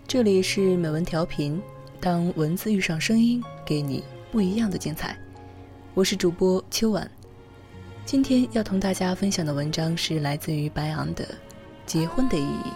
这里是美文调频，当文字遇上声音，给你不一样的精彩。我是主播秋晚，今天要同大家分享的文章是来自于白昂的《结婚的意义》。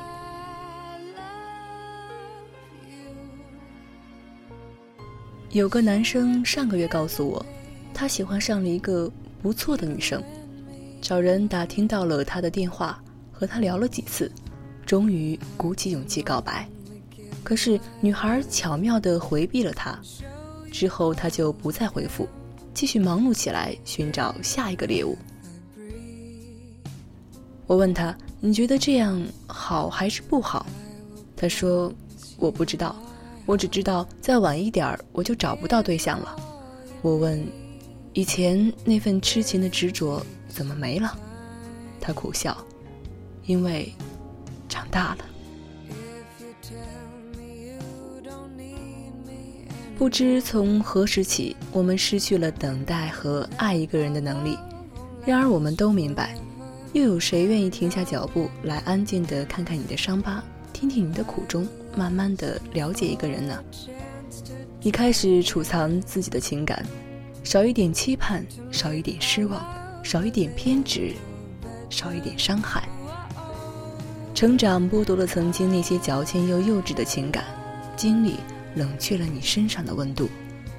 有个男生上个月告诉我，他喜欢上了一个不错的女生，找人打听到了她的电话，和她聊了几次，终于鼓起勇气告白。可是女孩巧妙地回避了他，之后他就不再回复，继续忙碌起来寻找下一个猎物。我问他，你觉得这样好还是不好？他说，我不知道，我只知道再晚一点我就找不到对象了。我问，以前那份痴情的执着怎么没了？他苦笑，因为长大了。不知从何时起，我们失去了等待和爱一个人的能力。然而我们都明白，又有谁愿意停下脚步来安静地看看你的伤疤，听听你的苦衷，慢慢地了解一个人呢？你开始储藏自己的情感，少一点期盼，少一点失望，少一点偏执，少一点伤害。成长剥夺了曾经那些矫情又幼稚的情感，经历冷却了你身上的温度。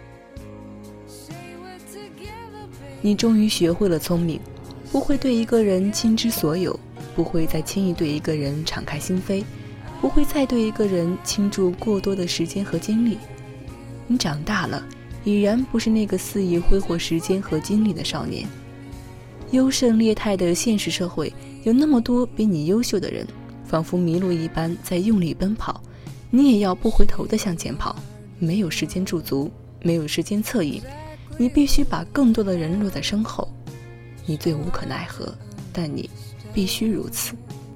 你终于学会了聪明，不会对一个人倾之所有，不会再轻易对一个人敞开心扉，不会再对一个人倾注过多的时间和精力。你长大了，已然不是那个肆意挥霍时间和精力的少年。优胜劣汰的现实社会，有那么多比你优秀的人，仿佛麋鹿一般在用力奔跑，你也要不回头地向前跑，没有时间驻足，没有时间侧影，你必须把更多的人落在身后。你最无可奈何，但你必须如此。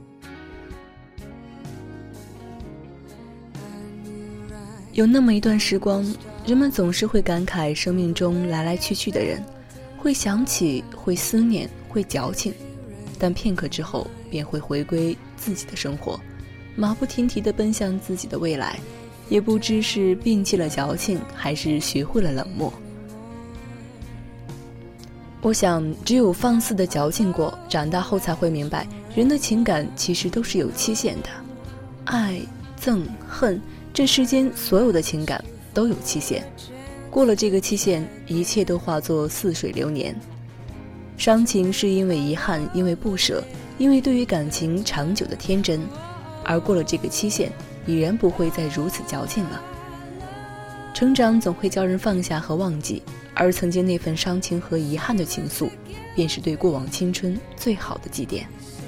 有那么一段时光，人们总是会感慨生命中来来去去的人，会想起，会思念，会矫情，但片刻之后便会回归自己的生活，马不停蹄地奔向自己的未来，也不知是摒弃了矫情，还是学会了冷漠。我想，只有放肆地矫情过，长大后才会明白，人的情感其实都是有期限的。爱、憎、恨，这世间所有的情感都有期限，过了这个期限，一切都化作似水流年。伤情是因为遗憾，因为不舍，因为对于感情长久的天真，而过了这个期限，已然不会再如此矫情了。成长总会教人放下和忘记，而曾经那份伤情和遗憾的情愫，便是对过往青春最好的祭奠。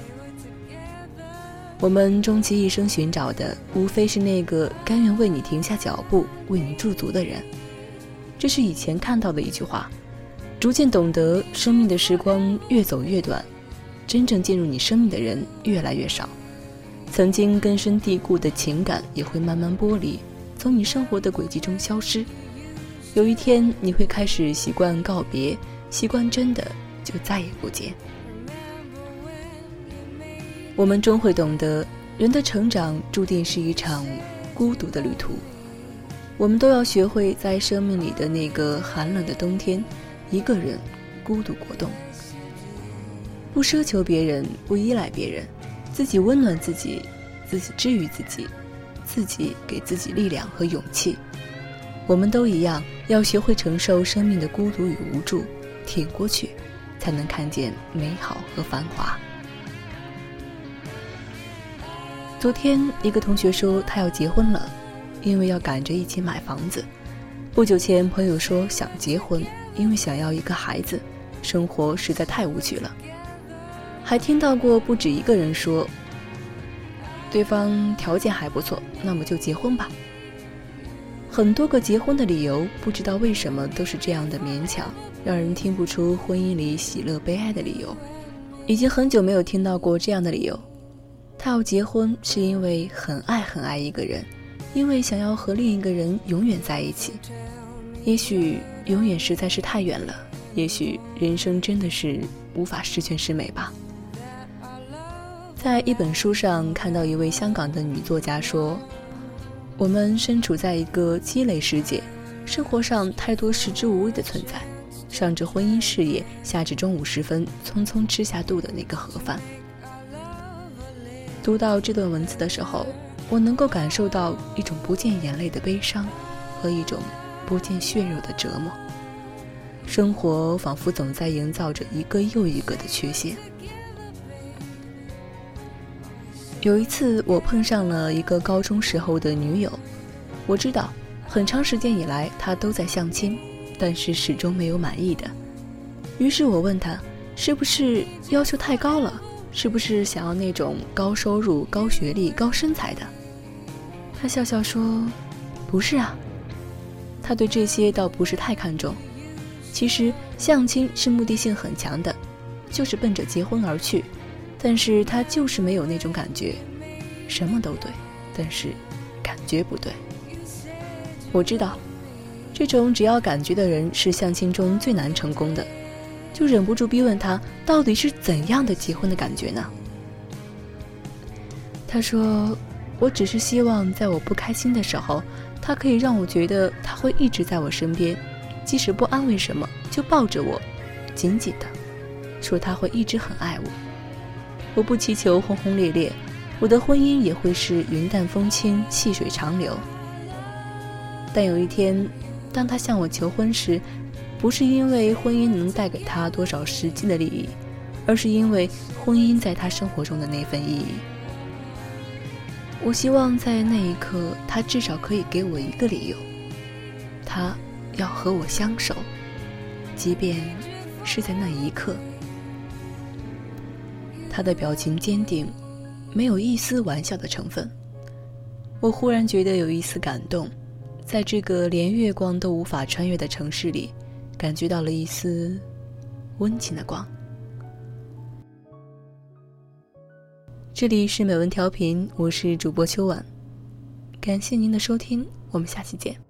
我们终其一生寻找的，无非是那个甘愿为你停下脚步，为你驻足的人。这是以前看到的一句话，逐渐懂得，生命的时光越走越短，真正进入你生命的人越来越少。曾经根深蒂固的情感也会慢慢剥离，从你生活的轨迹中消失。有一天你会开始习惯告别，习惯真的就再也不见。我们终会懂得，人的成长注定是一场孤独的旅途。我们都要学会在生命里的那个寒冷的冬天，一个人孤独过冬，不奢求别人，不依赖别人，自己温暖自己，自己治愈自己，自己给自己力量和勇气。我们都一样，要学会承受生命的孤独与无助，挺过去，才能看见美好和繁华。昨天一个同学说他要结婚了，因为要赶着一起买房子。不久前朋友说想结婚，因为想要一个孩子，生活实在太无趣了。还听到过不止一个人说，对方条件还不错，那么就结婚吧。很多个结婚的理由，不知道为什么都是这样的勉强，让人听不出婚姻里喜乐悲哀的理由。已经很久没有听到过这样的理由，他要结婚是因为很爱很爱一个人，因为想要和另一个人永远在一起。也许永远实在是太远了，也许人生真的是无法十全十美吧。在一本书上看到一位香港的女作家说， 我们身处在一个积累世界，生活上太多食之无味的存在，上至婚姻事业，下至中午时分匆匆吃下肚的那个盒饭。读到这段文字的时候，我能够感受到一种不见眼泪的悲伤和一种不见血肉的折磨。生活仿佛总在营造着一个又一个的缺陷。有一次我碰上了一个高中时候的女友，我知道很长时间以来她都在相亲，但是始终没有满意的。于是我问她，是不是要求太高了，是不是想要那种高收入、高学历、高身材的？她笑笑说，不是啊，她对这些倒不是太看重。其实相亲是目的性很强的，就是奔着结婚而去，但是他就是没有那种感觉，什么都对，但是感觉不对。我知道这种只要感觉的人是相亲中最难成功的，就忍不住逼问他到底是怎样的结婚的感觉呢？他说，我只是希望在我不开心的时候，他可以让我觉得他会一直在我身边，即使不安慰什么，就抱着我紧紧的说他会一直很爱我。我不祈求轰轰烈烈，我的婚姻也会是云淡风轻，细水长流。但有一天当他向我求婚时，不是因为婚姻能带给他多少实际的利益，而是因为婚姻在他生活中的那份意义。我希望在那一刻他至少可以给我一个理由，他要和我相守，即便是在那一刻。他的表情坚定，没有一丝玩笑的成分。我忽然觉得有一丝感动，在这个连月光都无法穿越的城市里，感觉到了一丝温情的光。这里是美文调频，我是主播秋婉，感谢您的收听，我们下期见。